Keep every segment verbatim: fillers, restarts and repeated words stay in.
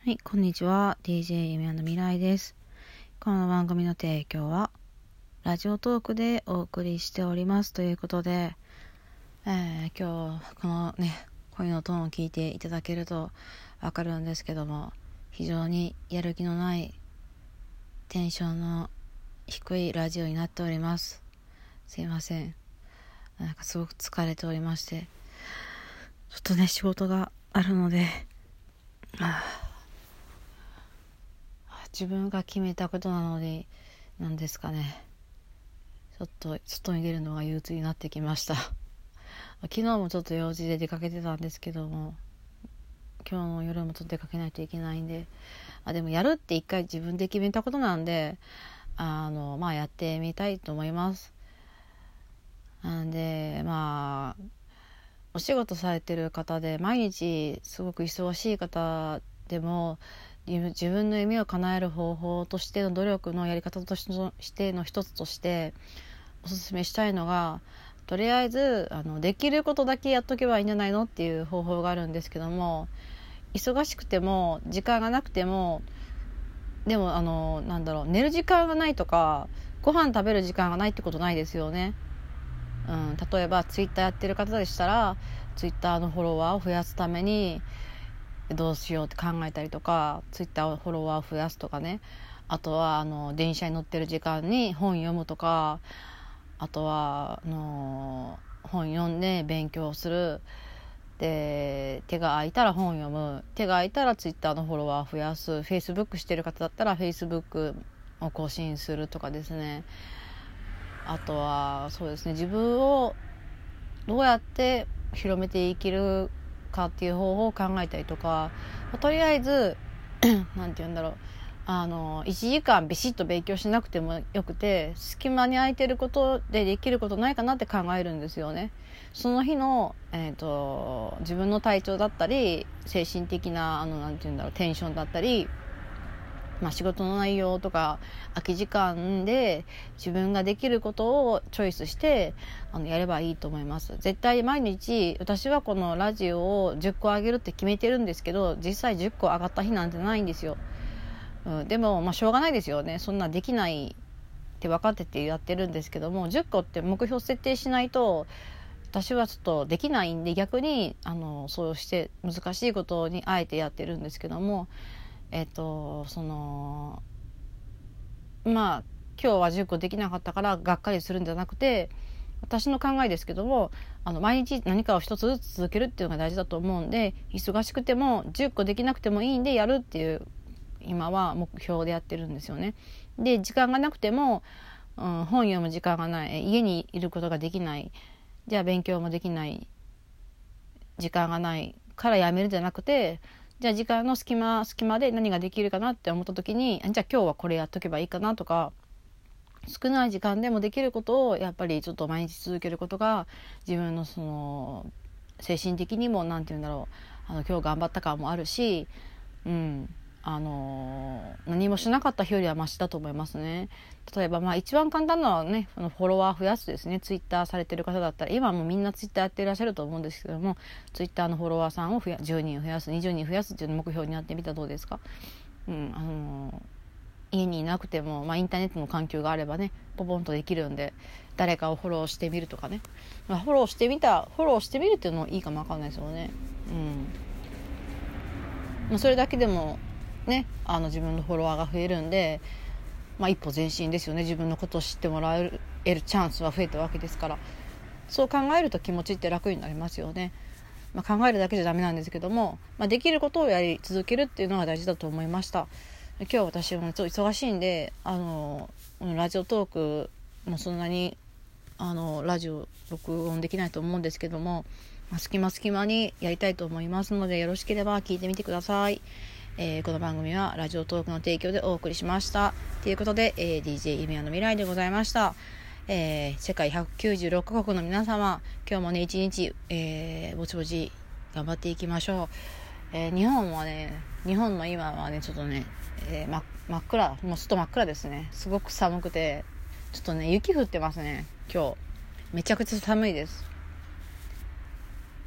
はい、こんにちは。ディージェー ゆみみらいです。この番組の提供はラジオトークでお送りしておりますということで、えー、今日このね声のトーンを聞いていただけるとわかるんですけども、非常にやる気のないテンションの低いラジオになっております。すいません。なんかすごく疲れておりまして、ちょっとね仕事があるので、あ自分が決めたことなのでなんですかね、ちょっと外に出るのが憂鬱になってきました昨日もちょっと用事で出かけてたんですけども、今日の夜もちょっと出かけないといけないんで、あでもやるって一回自分で決めたことなんで、あのまあやってみたいと思います。なんでまあお仕事されてる方で毎日すごく忙しい方でも自分の夢を叶える方法としての努力のやり方としての一つとしておすすめしたいのが、とりあえずあのできることだけやっとけばいいんじゃないのっていう方法があるんですけども、忙しくても時間がなくても、でもあのなんだろう寝る時間がないとかご飯食べる時間がないってことないですよね。うん、例えばツイッターやってる方でしたらツイッターのフォロワーを増やすためにどうしようって考えたりとか、ツイッターをフォロワーを増やすとかね、あとはあの電車に乗ってる時間に本読むとか、あとはあの本読んで勉強する、で手が空いたら本読む、手が空いたらツイッターのフォロワー増やす、フェイスブックしてる方だったらフェイスブックを更新するとかですね。あとはそうですね、自分をどうやって広めていけるかっていう方法を考えたりとか、とりあえずなんて言うんだろう、あのいちじかんビシッと勉強しなくてもよくて、隙間に空いてることでできることないかなって考えるんですよね。その日の、えーと、自分の体調だったり精神的なあのなんて言うんだろうテンションだったり、まあ、仕事の内容とか空き時間で自分ができることをチョイスしてあのやればいいと思います。絶対毎日私はこのラジオをじゅっこ上げるって決めてるんですけど、実際じゅっこ上がった日なんてないんですよ。うん、でもまあしょうがないですよね。そんなできないって分かっててやってるんですけども、じゅっこって目標設定しないと私はちょっとできないんで、逆にあのそうして難しいことにあえてやってるんですけども、えっとそのまあ今日はじゅっこできなかったからがっかりするんじゃなくて、私の考えですけども、あの毎日何かを一つずつ続けるっていうのが大事だと思うんで、忙しくてもじゅっこできなくてもいいんでやるっていう今は目標でやってるんですよね。で時間がなくても、うん、本読む時間がない、家にいることができない、じゃあ勉強もできない、時間がないからやめるんじゃなくて、じゃあ時間の隙間隙間で何ができるかなって思った時に、じゃあ今日はこれやっとけばいいかなとか、少ない時間でもできることをやっぱりちょっと毎日続けることが自分のその精神的にもなんて言うんだろう、あの今日頑張った感もあるし、うんあの何もしなかった日よりはマシだと思いますね。例えばまあ一番簡単なのはね、フォロワー増やすですね。ツイッターされてる方だったら、今もみんなツイッターやっていらっしゃると思うんですけども、ツイッターのフォロワーさんを増やじゅうにん増やす、にじゅうにん増やすっていう目標になってみたらどうですか。うんあの家にいなくても、まあ、インターネットの環境があればねポポンとできるんで、誰かをフォローしてみるとかね、まあ、フォローしてみたフォローしてみるっていうのもいいかもわかんないですよね。うんまあ、それだけでもね、あの自分のフォロワーが増えるんで、まあ、一歩前進ですよね。自分のことを知ってもらえる得るチャンスは増えたわけですから、そう考えると気持ちって楽になりますよね。まあ、考えるだけじゃダメなんですけども、まあ、できることをやり続けるっていうのが大事だと思いました。今日私もちょっと忙しいんで、あのラジオトークもそんなにあのラジオ録音できないと思うんですけども、まあ、隙間隙間にやりたいと思いますので、よろしければ聞いてみてください。えー、この番組はラジオトークの提供でお送りしましたということで、えー、ディージェー ゆみやの未来でございました。えー、世界ひゃくきゅうじゅうろっかこくの皆様、今日もね一日、えー、ぼちぼち頑張っていきましょう。えー、日本はね日本の今はねちょっとね、えー、ま、真っ暗、もう外真っ暗ですね。すごく寒くて、ちょっとね雪降ってますね。今日めちゃくちゃ寒いです。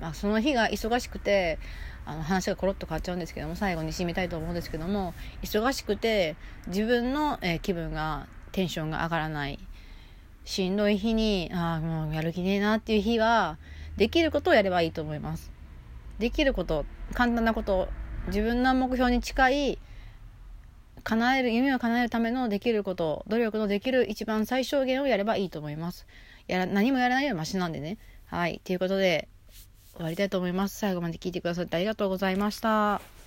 まあ、その日が忙しくてあの話がコロッと変わっちゃうんですけども、最後に締めたいと思うんですけども、忙しくて自分の、えー、気分がテンションが上がらない、しんどい日にああもうやる気ねえなっていう日は、できることをやればいいと思います。できること、簡単なこと、自分の目標に近い叶える夢を叶えるためのできること、努力のできる一番最小限をやればいいと思います。やら何もやらないよりマシなんでね。はい、ということで終わりたいと思います。最後まで聞いてくださってありがとうございました。